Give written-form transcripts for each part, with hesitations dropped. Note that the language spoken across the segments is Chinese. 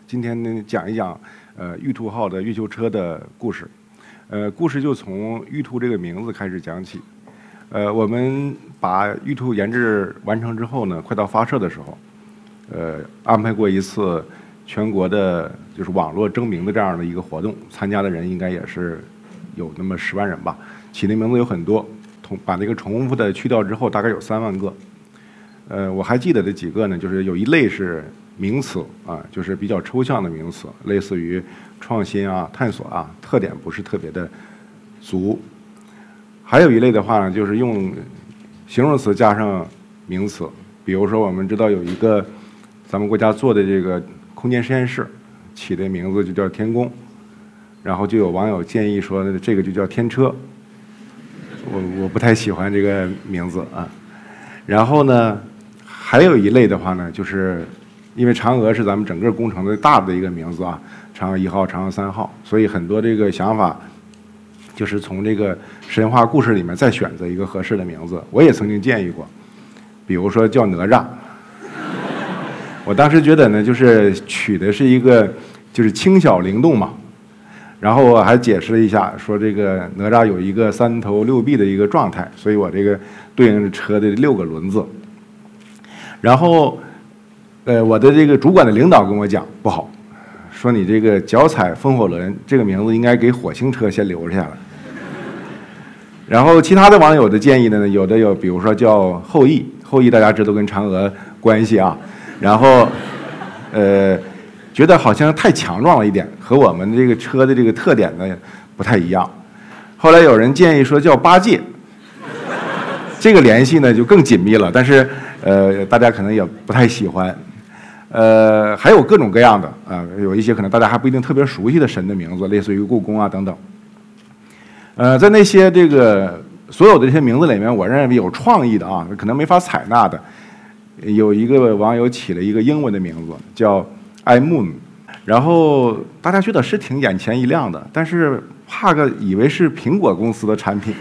今天呢讲一讲玉兔号的月球车的故事。故事就从玉兔这个名字开始讲起。我们把玉兔研制完成之后呢，快到发射的时候，安排过一次全国的就是网络征名的这样的一个活动，参加的人应该也是有那么10万人吧，起的名字有很多，把那个重复的去掉之后，大概有3万个。我还记得这几个呢，就是有一类是名词啊，就是比较抽象的名词，类似于创新啊、探索啊，特点不是特别的足。还有一类的话呢，就是用形容词加上名词，比如说我们知道有一个咱们国家做的这个空间实验室，起的名字就叫天宫，然后就有网友建议说这个就叫天车，我不太喜欢这个名字啊。然后呢，还有一类的话呢，就是因为嫦娥是咱们整个工程的大的一个名字啊，嫦娥1号、嫦娥3号，所以很多这个想法就是从这个神话故事里面再选择一个合适的名字。我也曾经建议过，比如说叫哪吒。我当时觉得呢，就是取的是一个就是轻巧灵动嘛，然后我还解释了一下，说这个哪吒有一个3头6臂的一个状态，所以我这个对应着车的6个轮子。然后我的这个主管的领导跟我讲不好，说你这个脚踩风火轮这个名字应该给火星车先留下来。然后其他的网友的建议呢，有的有比如说叫后羿，后羿大家知道跟嫦娥关系啊，然后觉得好像太强壮了一点，和我们这个车的这个特点呢不太一样。后来有人建议说叫八戒，这个联系呢就更紧密了，但是大家可能也不太喜欢。还有各种各样的有一些可能大家还不一定特别熟悉的神的名字，类似于故宫啊等等。在那些这个所有的这些名字里面，我认为有创意的啊，可能没法采纳的，有一个网友起了一个英文的名字叫 iMoon， 然后大家觉得是挺眼前一亮的，但是怕个以为是苹果公司的产品。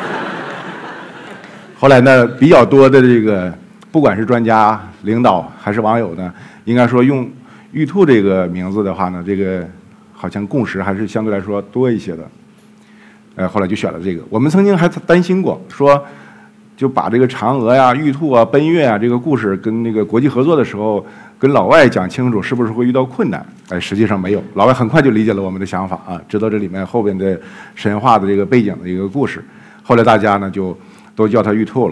后来呢，比较多的这个不管是专家、领导还是网友呢，应该说用玉兔这个名字的话呢，这个好像共识还是相对来说多一些的。后来就选了这个。我们曾经还担心过，说就把这个嫦娥呀、玉兔啊、奔月啊这个故事跟那个国际合作的时候，跟老外讲清楚，是不是会遇到困难？实际上没有，老外很快就理解了我们的想法啊，知道这里面后边的神话的这个背景的一个故事。后来大家呢就都叫它玉兔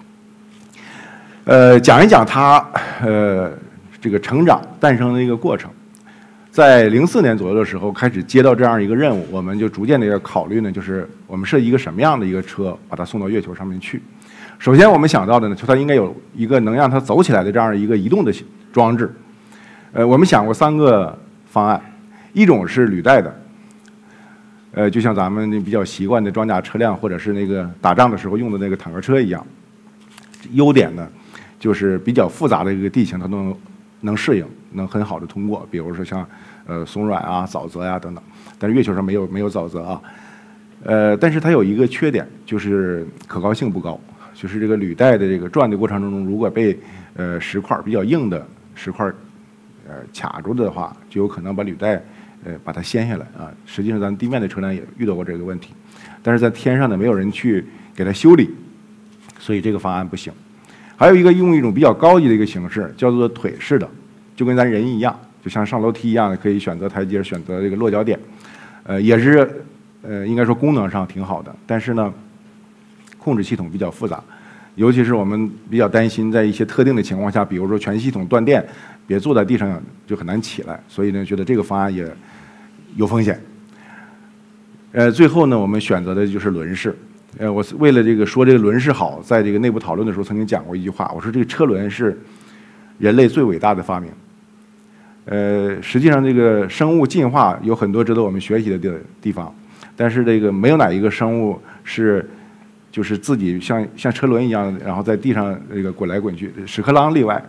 了。讲一讲它这个成长诞生的一个过程。在04年左右的时候，开始接到这样一个任务，我们就逐渐的要考虑呢，就是我们设计一个什么样的一个车，把它送到月球上面去。首先我们想到的呢，就它应该有一个能让它走起来的这样一个移动的装置。我们想过3个方案，一种是履带的，就像咱们比较习惯的装甲车辆或者是那个打仗的时候用的那个坦克车一样。优点呢，就是比较复杂的一个地形它都能适应，能很好的通过，比如说像松软啊、沼泽呀等等。但是月球上没有沼泽啊。但是它有一个缺点，就是可靠性不高，就是这个履带的这个转的过程中，如果被石块比较硬的石块卡住的话，就有可能把履带把它掀下来啊。实际上咱地面的车辆也遇到过这个问题，但是在天上呢没有人去给它修理，所以这个方案不行。还有一个用一种比较高级的一个形式，叫做腿式的，就跟咱人一样，就像上楼梯一样的，可以选择台阶，选择这个落脚点，也是应该说功能上挺好的，但是呢，控制系统比较复杂，尤其是我们比较担心在一些特定的情况下，比如说全系统断电，别坐在地上就很难起来，所以呢，觉得这个方案也有风险。最后呢，我们选择的就是轮式。我为了这个说这个轮式好，在这个内部讨论的时候曾经讲过一句话，我说这个车轮是人类最伟大的发明。实际上这个生物进化有很多值得我们学习的地方，但是这个没有哪一个生物是就是自己像车轮一样，然后在地上这个滚来滚去，屎壳郎例外。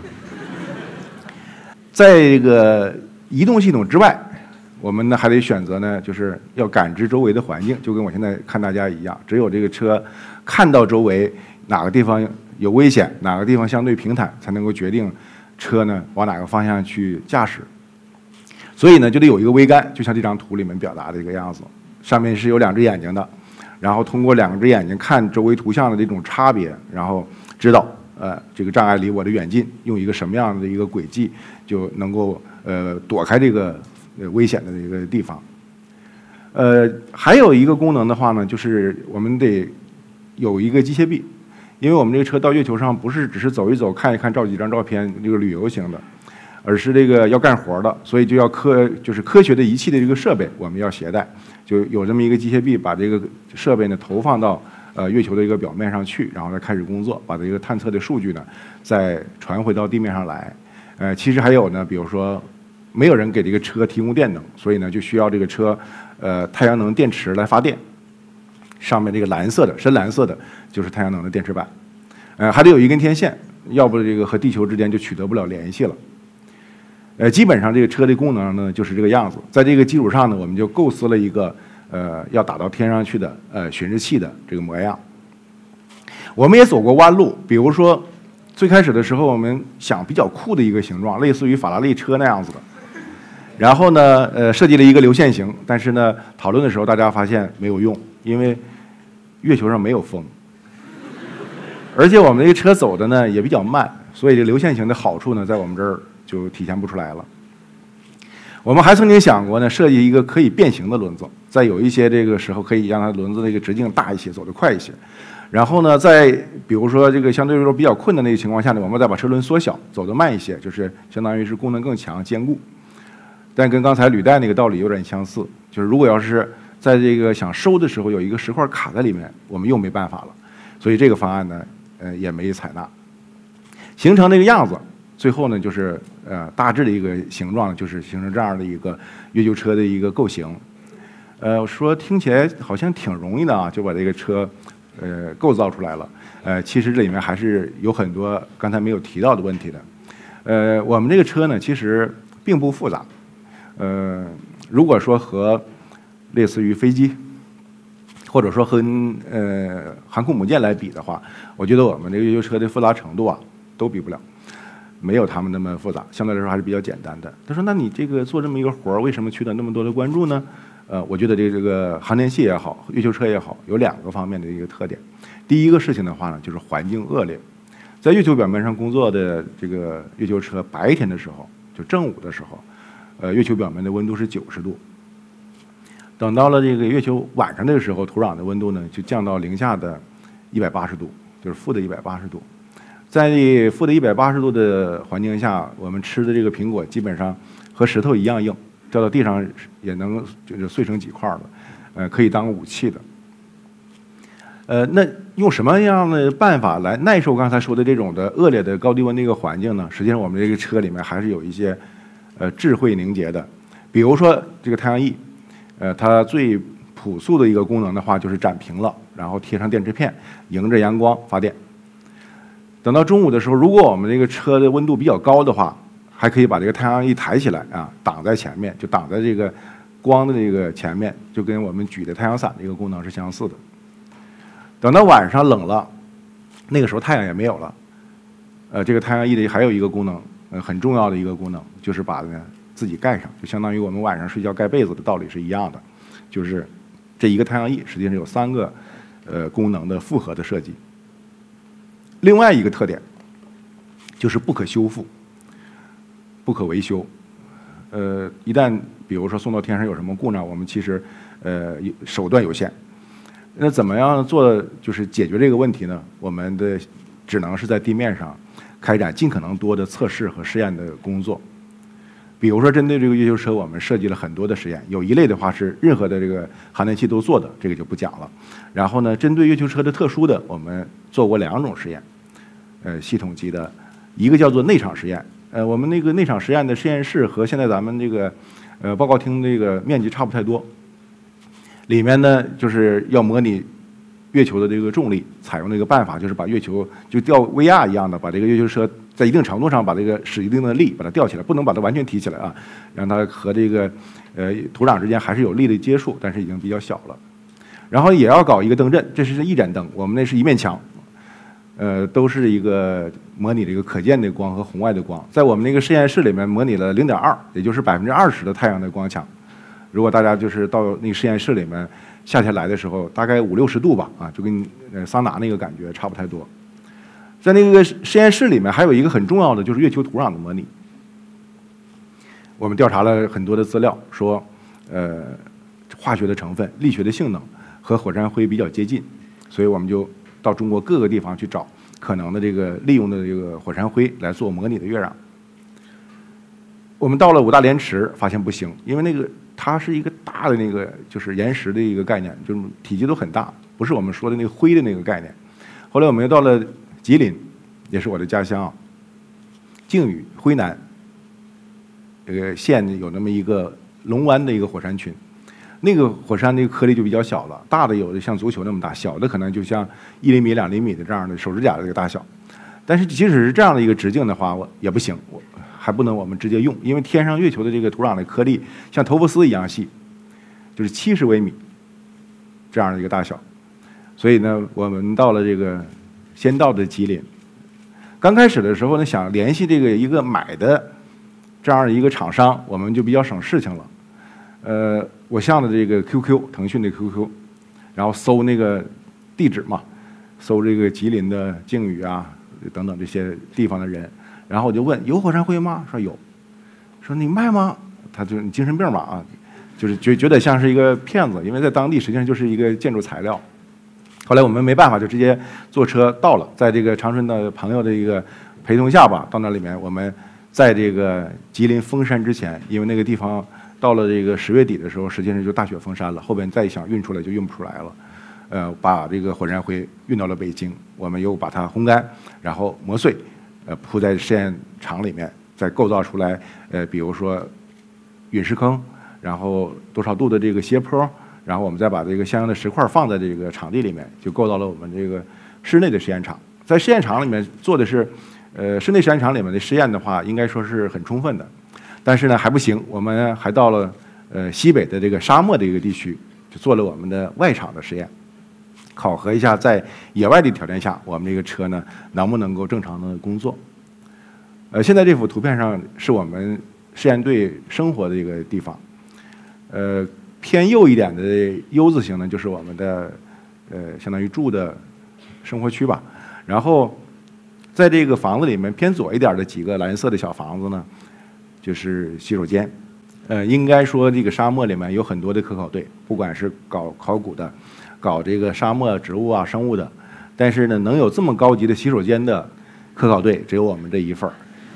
在这个移动系统之外，我们呢还得选择呢，就是要感知周围的环境，就跟我现在看大家一样，只有这个车看到周围哪个地方有危险，哪个地方相对平坦，才能够决定车呢往哪个方向去驾驶。 所以呢就得有一个桅杆，就像这张图里面表达的这个样子，上面是有2只眼睛的，然后通过2只眼睛看周围图像的这种差别，然后知道这个障碍离我的远近，用一个什么样的一个轨迹就能够躲开这个危险的这个地方。还有一个功能的话呢，就是我们得有一个机械臂，因为我们这个车到月球上不是只是走一走、看一看、照几张照片这个旅游型的，而是这个要干活的，所以就要科学的仪器的这个设备我们要携带，就有这么一个机械臂，把这个设备呢投放到月球的一个表面上去，然后再开始工作，把这个探测的数据呢再传回到地面上来。其实还有呢，比如说没有人给这个车提供电能，所以呢就需要这个车太阳能电池来发电。上面这个蓝色的深蓝色的就是太阳能的电池板，还得有一根天线，要不这个和地球之间就取得不了联系了。基本上这个车的功能呢就是这个样子。在这个基础上呢，我们就构思了一个要打到天上去的巡视器的这个模样。我们也走过弯路，比如说最开始的时候我们想比较酷的一个形状，类似于法拉利车那样子的，然后呢设计了一个流线型，但是呢讨论的时候大家发现没有用，因为月球上没有风，而且我们这个车走的呢也比较慢，所以这流线型的好处呢在我们这儿就体现不出来了。我们还曾经想过呢，设计一个可以变形的轮子，在有一些这个时候可以让它轮子这个直径大一些，走得快一些。然后呢，在比如说这个相对来说比较困难的一个情况下呢，我们再把车轮缩小，走得慢一些，就是相当于是功能更强、坚固。但跟刚才履带那个道理有点相似，就是如果要是在这个想收的时候有一个石块卡在里面，我们又没办法了。所以这个方案呢，也没采纳。形成这个样子，最后呢就是大致的一个形状，就是形成这样的一个月球车的一个构型。我说听起来好像挺容易的啊，就把这个车构造出来了。其实这里面还是有很多刚才没有提到的问题的。我们这个车呢，其实并不复杂。如果说和类似于飞机，或者说和航空母舰来比的话，我觉得我们这个月球车的复杂程度啊，都比不了，没有他们那么复杂，相对来说还是比较简单的。他说：“那你这个做这么一个活儿，为什么取得那么多的关注呢？”我觉得这个航天器也好，月球车也好，有2个方面的一个特点。第一个事情的话呢，就是环境恶劣，在月球表面上工作的这个月球车，白天的时候就正午的时候，月球表面的温度是90度。等到了这个月球晚上的时候，土壤的温度呢就降到零下的180度，就是负的180度。在负的180度的环境下，我们吃的这个苹果基本上和石头一样硬，掉到地上也能就是碎成几块了，可以当武器的。那用什么样的办法来耐受刚才说的这种的恶劣的高低温的一个环境呢？实际上我们这个车里面还是有一些智慧凝结的，比如说这个太阳翼。它最朴素的一个功能的话，就是展平了，然后贴上电池片，迎着阳光发电。等到中午的时候，如果我们这个车的温度比较高的话，还可以把这个太阳翼抬起来啊，挡在前面，就挡在这个光的这个前面，就跟我们举的太阳伞的一个功能是相似的。等到晚上冷了，那个时候太阳也没有了，这个太阳翼的还有一个功能，很重要的一个功能，就是把呢自己盖上，就相当于我们晚上睡觉盖被子的道理是一样的，就是这一个太阳翼实际上有3个功能的复合的设计。另外一个特点就是不可修复、不可维修。一旦比如说送到天上有什么故障，我们其实手段有限。那怎么样做就是解决这个问题呢？我们的只能是在地面上开展尽可能多的测试和试验的工作。比如说，针对这个月球车，我们设计了很多的实验。有一类的话是任何的这个航天器都做的，这个就不讲了。然后呢，针对月球车的特殊的，我们做过2种实验，系统级的，一个叫做内场实验。我们那个内场实验的实验室和现在咱们这个报告厅这个面积差不太多。里面呢，就是要模拟月球的这个重力，采用的一个办法就是把月球就吊 VR 一样的，把这个月球车在一定程度上把这个使一定的力把它吊起来，不能把它完全提起来啊，让它和这个土壤之间还是有力的接触，但是已经比较小了。然后也要搞一个灯阵，这是一盏灯，我们那是一面墙， 都是一个模拟的一个可见的光和红外的光。在我们那个实验室里面模拟了0.2，也就是20%的太阳的光强。如果大家就是到那个实验室里面，夏天来的时候，大概50-60度吧，啊，就跟桑拿那个感觉差不太多。在那个实验室里面，还有一个很重要的就是月球土壤的模拟。我们调查了很多的资料，说，化学的成分、力学的性能和火山灰比较接近，所以我们就到中国各个地方去找可能的这个利用的这个火山灰来做模拟的月壤。我们到了五大连池，发现不行，因为那个它是一个大的那个就是岩石的一个概念，就是体积都很大，不是我们说的那个灰的那个概念。后来我们又到了吉林，也是我的家乡，靖宇、辉南这个县有那么一个龙湾的一个火山群，那个火山那个颗粒就比较小了，大的有的像足球那么大，小的可能就像1厘米、2厘米的这样的手指甲的这个大小。但是即使是这样的一个直径的话，也不行，还不能我们直接用，因为天上月球的这个土壤的颗粒像头发丝一样细，就是70微米这样的一个大小。所以呢，我们到了这个先到的吉林，刚开始的时候呢，想联系这个一个买的这样的一个厂商，我们就比较省事情了。我向的这个 QQ， 腾讯的 QQ， 然后搜那个地址嘛，搜这个吉林的靖宇啊等等这些地方的人，然后我就问有火山灰吗？说有。说你卖吗？他就你精神病吧啊，就是觉得像是一个骗子，因为在当地实际上就是一个建筑材料。后来我们没办法，就直接坐车到了，在这个长春的朋友的一个陪同下吧，到那里面我们在这个吉林封山之前，因为那个地方到了这个10月底的时候，实际上就大雪封山了，后边再想运出来就运不出来了。把这个火山灰运到了北京，我们又把它烘干，然后磨碎，铺在实验场里面，再构造出来，比如说陨石坑，然后多少度的这个斜坡，然后我们再把这个相应的石块放在这个场地里面，就构造了我们这个室内的实验场。在实验场里面做的是，室内实验场里面的实验的话，应该说是很充分的，但是呢还不行，我们还到了西北的这个沙漠的一个地区，就做了我们的外场的实验。考核一下在野外的条件下，我们这个车呢能不能够正常的工作。现在这幅图片上是我们实验队生活的一个地方。偏右一点的 U 字形呢，就是我们的相当于住的生活区吧。然后在这个房子里面偏左一点的几个蓝色的小房子呢，就是洗手间。应该说这个沙漠里面有很多的科考队，不管是搞考古的，搞这个沙漠植物啊、生物的，但是呢，能有这么高级的洗手间的科考队，只有我们这一份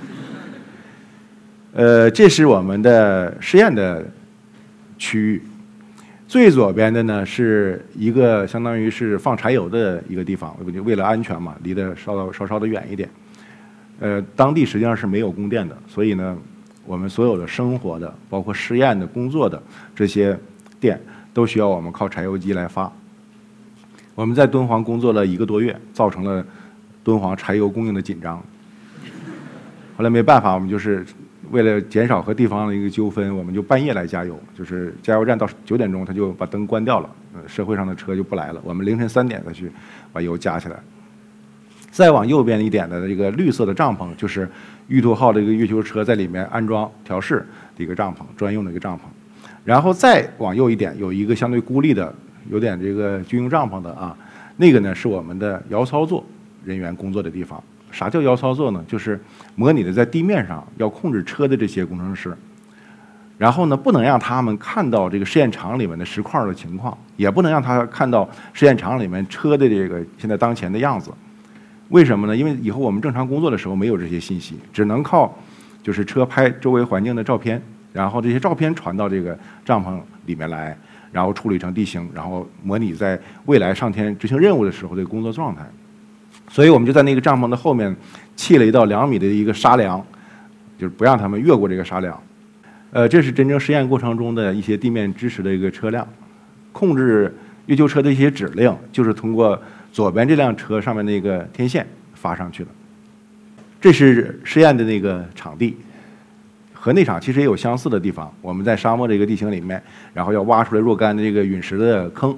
儿。这是我们的实验的区域，最左边的呢是一个相当于是放柴油的一个地方，为了安全嘛，离得稍稍的远一点。当地实际上是没有供电的，所以呢，我们所有的生活的，包括实验的、工作的这些电，都需要我们靠柴油机来发。我们在敦煌工作了1个多月，造成了敦煌柴油供应的紧张。后来没办法，我们就是为了减少和地方的一个纠纷，我们就半夜来加油，就是加油站到9点钟他就把灯关掉了，社会上的车就不来了，我们凌晨3点再去把油加起来。再往右边一点的这个绿色的帐篷，就是玉兔号的一个月球车在里面安装调试的一个帐篷，专用的一个帐篷。然后再往右一点有一个相对孤立的，有点这个军用帐篷的啊，那个呢是我们的遥操作人员工作的地方。啥叫遥操作呢？就是模拟的在地面上要控制车的这些工程师，然后呢不能让他们看到这个实验场里面的石块的情况，也不能让他看到实验场里面车的这个现在当前的样子。为什么呢？因为以后我们正常工作的时候没有这些信息，只能靠就是车拍周围环境的照片，然后这些照片传到这个帐篷里面来，然后处理成地形，然后模拟在未来上天执行任务的时候的工作状态。所以我们就在那个帐篷的后面砌了一道2米的一个沙梁，就是不让他们越过这个沙梁。这是真正实验过程中的一些地面支持的一个车辆，控制月球车的一些指令，就是通过左边这辆车上面那个天线发上去的。这是实验的那个场地，和那场其实也有相似的地方。我们在沙漠这个地形里面，然后要挖出来若干的这个陨石的坑，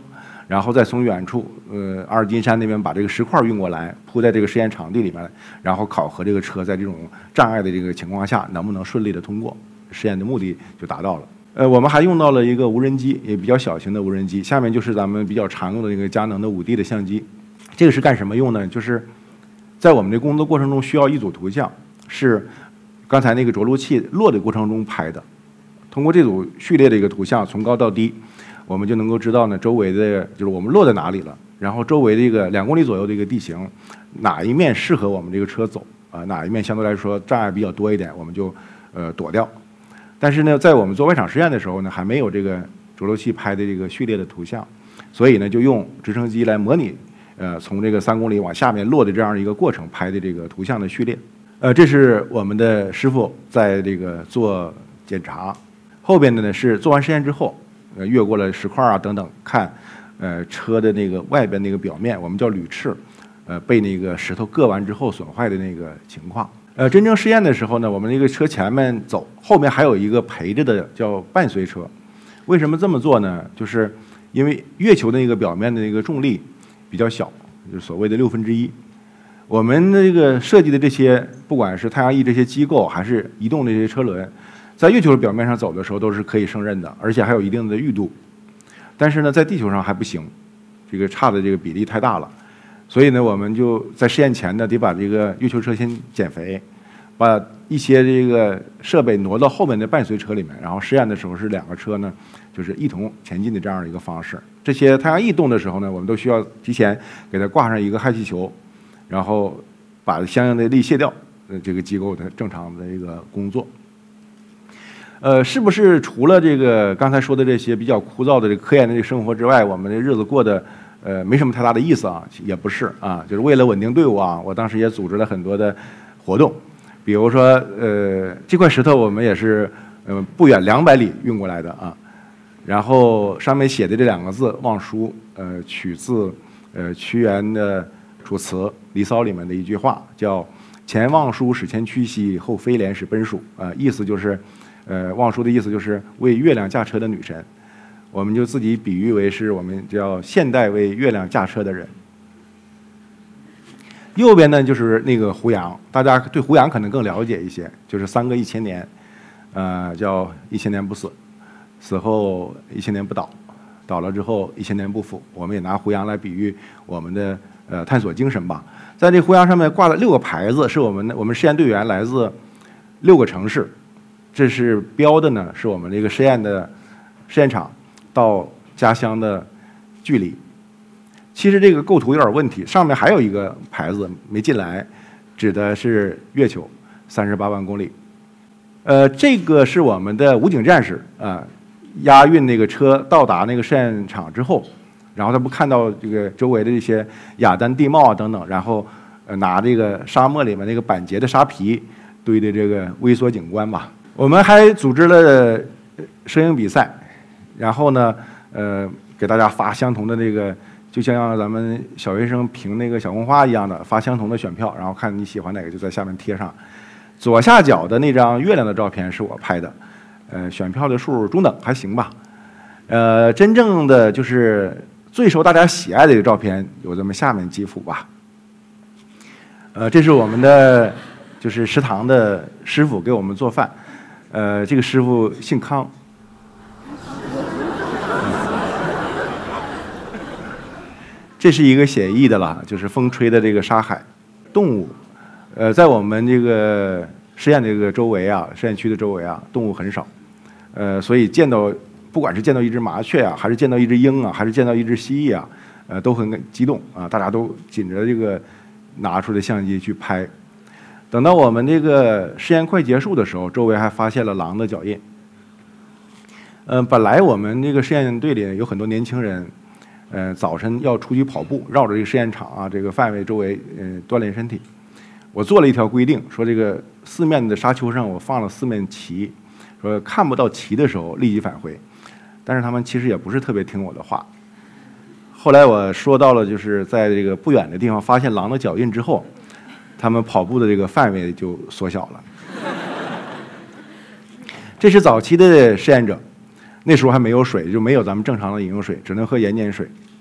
然后再从远处阿尔金山那边把这个石块运过来，铺在这个实验场地里面，然后考核这个车在这种障碍的这个情况下能不能顺利的通过，实验的目的就达到了。我们还用到了一个无人机，也比较小型的无人机。下面就是咱们比较常用的那个佳能的5D 的相机。这个是干什么用呢？就是在我们的工作过程中需要一组图像，是刚才那个着陆器落的过程中拍的。通过这组序列的一个图像，从高到低，我们就能够知道呢周围的就是我们落在哪里了，然后周围这个2公里左右的一个地形，哪一面适合我们这个车走啊，哪一面相对来说障碍比较多一点，我们就躲掉。但是呢，在我们做外场实验的时候呢，还没有这个着陆器拍的这个序列的图像，所以呢，就用直升机来模拟从这个3公里往下面落的这样一个过程拍的这个图像的序列。这是我们的师傅在这个做检查。后边的呢是做完实验之后，越过了石块啊等等，看车的那个外边那个表面，我们叫铝翅，被那个石头硌完之后损坏的那个情况。真正试验的时候呢，我们那个车前面走，后面还有一个陪着的叫伴随车。为什么这么做呢？就是因为月球的那个表面的那个重力比较小，就是所谓的1/6。我们这个设计的这些，不管是太阳翼这些机构，还是移动的这些车轮，在月球的表面上走的时候都是可以胜任的，而且还有一定的裕度。但是呢，在地球上还不行，这个差的这个比例太大了。所以呢，我们就在试验前呢，得把这个月球车先减肥，把一些这个设备挪到后面的伴随车里面，然后试验的时候是2个车呢，就是一同前进的这样的一个方式。这些太阳翼动的时候呢，我们都需要提前给它挂上一个氦气球，然后把相应的力卸掉，这个机构的正常的一个工作。是不是除了这个刚才说的这些比较枯燥的这个科研的这个生活之外，我们的日子过得没什么太大的意思啊？也不是啊，就是为了稳定队伍啊，我当时也组织了很多的活动，比如说这块石头我们也是不远200里运过来的啊，然后上面写的这2个字“望舒”，取自屈原的《楚辞·离骚》里面的一句话，叫“前望舒使前驱兮，后飞廉使奔属”，意思就是望舒的意思就是为月亮驾车的女神，我们就自己比喻为是我们叫现代为月亮驾车的人。右边呢就是那个胡杨，大家对胡杨可能更了解一些，就是3个1000年，叫1000年不死，死后1000年不倒，倒了之后1000年不腐。我们也拿胡杨来比喻我们的探索精神吧。在这胡杨上面挂了6个牌子，是我们实验队员来自6个城市。这是标的呢，是我们这个实验场到家乡的距离。其实这个构图有点问题，上面还有一个牌子没进来，指的是月球38万公里。这个是我们的武警战士押运那个车到达那个实验场之后，然后他不看到这个周围的这些雅丹地貌啊等等，然后拿这个沙漠里面那个板结的沙皮堆的这个微缩景观吧。我们还组织了摄影比赛，然后呢，给大家发相同的那个，就像咱们小学生评那个小红花一样的，发相同的选票，然后看你喜欢哪个就在下面贴上。左下角的那张月亮的照片是我拍的，选票的数中等，还行吧。真正的就是最受大家喜爱的一个照片，有这么下面几幅吧。这是我们的就是食堂的师傅给我们做饭。这个师傅姓康，这是一个写意的了，就是风吹的这个沙海。动物，在我们这个实验这个周围啊，实验区的周围啊，动物很少，所以不管是见到一只麻雀啊，还是见到一只鹰啊，还是见到一只蜥蜴啊，都很激动啊，大家都紧着这个拿出的相机去拍。等到我们这个实验快结束的时候，周围还发现了狼的脚印。本来我们这个实验队里有很多年轻人，早晨要出去跑步，绕着这个实验场啊这个范围周围锻炼身体。我做了一条规定，说这个4面的沙丘上我放了4面旗，说看不到旗的时候立即返回。但是他们其实也不是特别听我的话。后来我说到了，就是在这个不远的地方发现狼的脚印之后，他们跑步的这个范围就缩小了。这是早期的实验者，那时候还没有水，就没有咱们正常的饮用水，只能喝盐碱水。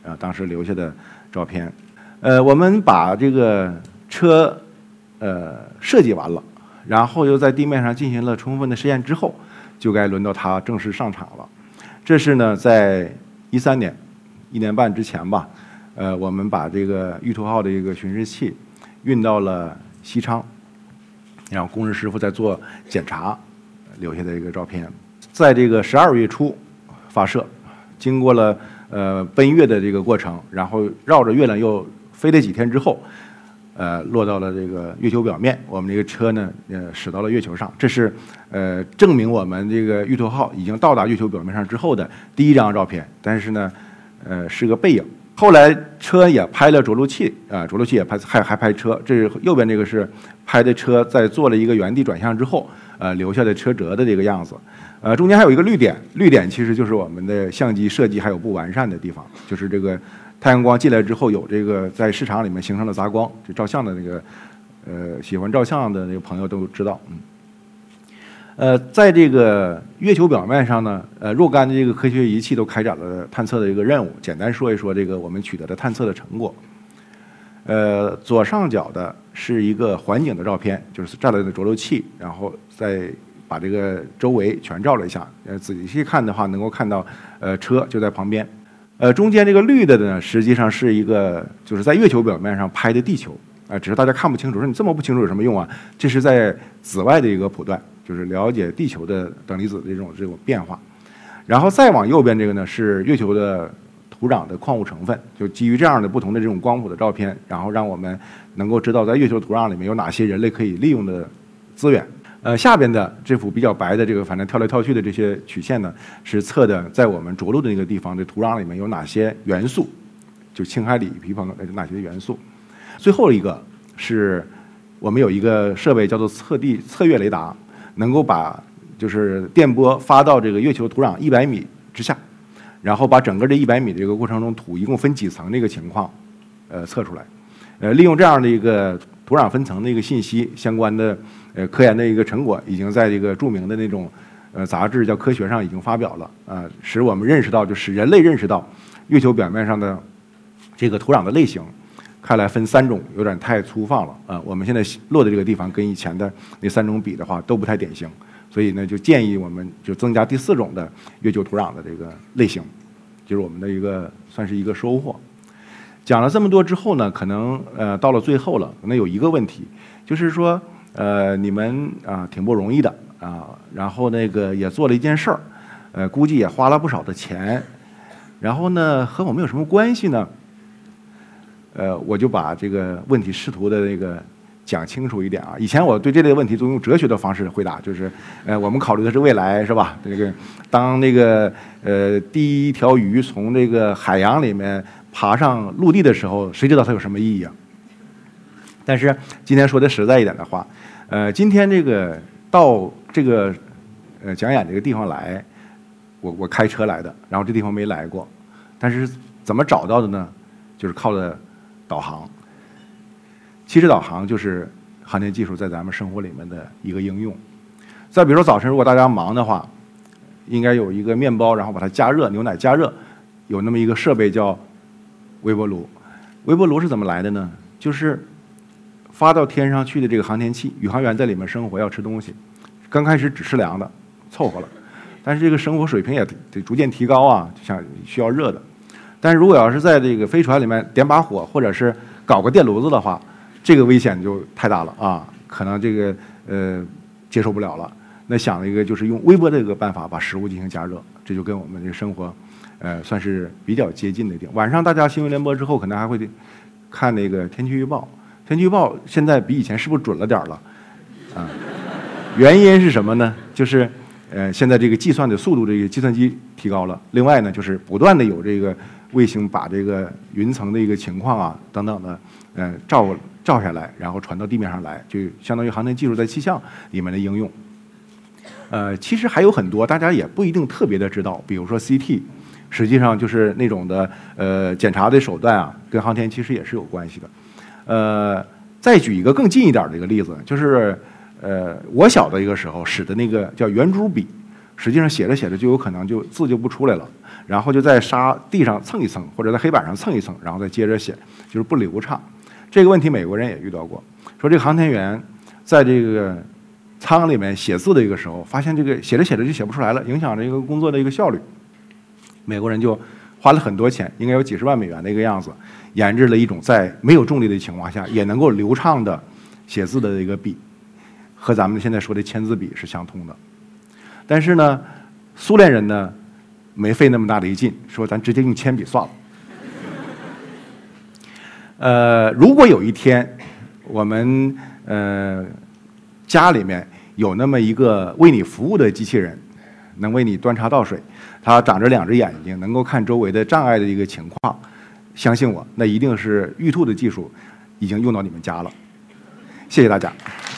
当时留下的照片。我们把这个车设计完了，然后又在地面上进行了充分的实验之后，就该轮到它正式上场了。这是呢，在13年，1年半之前吧，我们把这个玉兔号的一个巡视器运到了西昌，然后工人师傅在做检查留下的一个照片。在这个12月初发射，经过了奔月的这个过程，然后绕着月亮又飞了几天之后，落到了这个月球表面。我们这个车呢，驶到了月球上。这是证明我们这个玉兔号已经到达月球表面上之后的第一张照片。但是呢，是个背影。后来车也拍了着陆器着陆器也还拍车。这是右边这个是拍的车在做了一个原地转向之后，留下的车辙的这个样子。中间还有一个绿点，绿点其实就是我们的相机设计还有不完善的地方，就是这个太阳光进来之后有这个在市场里面形成了杂光，这照相的那个喜欢照相的那个朋友都知道。在这个月球表面上呢，若干的这个科学仪器都开展了探测的一个任务。简单说一说这个我们取得的探测的成果。左上角的是一个环景的照片，就是站了的着陆器，然后再把这个周围全照了一下。仔细看的话，能够看到车就在旁边。中间这个绿的呢，实际上是一个就是在月球表面上拍的地球。只是大家看不清楚，说你这么不清楚有什么用啊？这是在紫外的一个谱段，就是了解地球的等离子的这种变化。然后再往右边这个呢，是月球的土壤的矿物成分，就基于这样的不同的这种光谱的照片，然后让我们能够知道在月球土壤里面有哪些人类可以利用的资源。下边的这幅比较白的这个反正跳来跳去的这些曲线呢，是测的在我们着陆的那个地方的土壤里面有哪些元素，就氢氦锂铍硼哪些元素。最后一个是我们有一个设备叫做测月雷达，能够把就是电波发到这个月球土壤100米之下，然后把整个这100米这个过程中土一共分几层这个情况测出来。利用这样的一个土壤分层的一个信息，相关的科研的一个成果已经在这个著名的那种杂志叫《科学》上已经发表了。使我们认识到，就使人类认识到月球表面上的这个土壤的类型。看来分3种有点太粗放了我们现在落的这个地方跟以前的那3种比的话都不太典型，所以呢就建议我们就增加第4种的月球土壤的这个类型，就是我们的一个算是一个收获。讲了这么多之后呢，可能到了最后了，可能有一个问题，就是说你们挺不容易的然后那个也做了一件事儿，估计也花了不少的钱，然后呢和我们有什么关系呢？我就把这个问题试图的那个讲清楚一点以前我对这类问题都用哲学的方式回答，就是我们考虑的是未来，是吧？这个当那个第一条鱼从这个海洋里面爬上陆地的时候，谁知道它有什么意义啊？但是今天说的实在一点的话，今天这个到这个讲演这个地方来，我开车来的，然后这地方没来过，但是怎么找到的呢？就是靠的导航。其实导航就是航天技术在咱们生活里面的一个应用。再比如说早晨如果大家忙的话，应该有一个面包，然后把它加热，牛奶加热，有那么一个设备叫微波炉。微波炉是怎么来的呢？就是发到天上去的这个航天器，宇航员在里面生活要吃东西，刚开始只吃凉的，凑合了，但是这个生活水平也得逐渐提高就像需要热的。但是如果要是在这个飞船里面点把火，或者是搞个电炉子的话，这个危险就太大了可能这个接受不了了。那想了一个就是用微波这个办法把食物进行加热，这就跟我们这个生活算是比较接近的一点。晚上大家新闻联播之后可能还会看那个天气预报，天气预报现在比以前是不是准了点了原因是什么呢？就是现在这个计算的速度，这个计算机提高了。另外呢，就是不断的有这个卫星把这个云层的一个情况等等的照下来，然后传到地面上来，就相当于航天技术在气象里面的应用。其实还有很多大家也不一定特别的知道，比如说 CT， 实际上就是那种的检查的手段跟航天其实也是有关系的。再举一个更近一点的一个例子，就是我小的一个时候使的那个叫圆珠笔，实际上写着写着就有可能字就不出来了。 然后就在地上蹭一蹭，或者在黑板上蹭一蹭，然后再接着写，就是不流畅。这个问题美国人也遇到过，说这个航天员在这个舱里面写字的一个时候，发现这个写着写着就写不出来了，影响这个工作的一个效率。美国人就花了很多钱，应该有几十万美元的一个样子，研制了一种在没有重力的情况下也能够流畅的写字的一个笔，和咱们现在说的签字笔是相通的。但是呢，苏联人呢没费那么大的一劲，说咱直接用铅笔算了。如果有一天我们家里面有那么一个为你服务的机器人，能为你端茶倒水，它长着2只眼睛，能够看周围的障碍的一个情况，相信我，那一定是玉兔的技术已经用到你们家了。谢谢大家。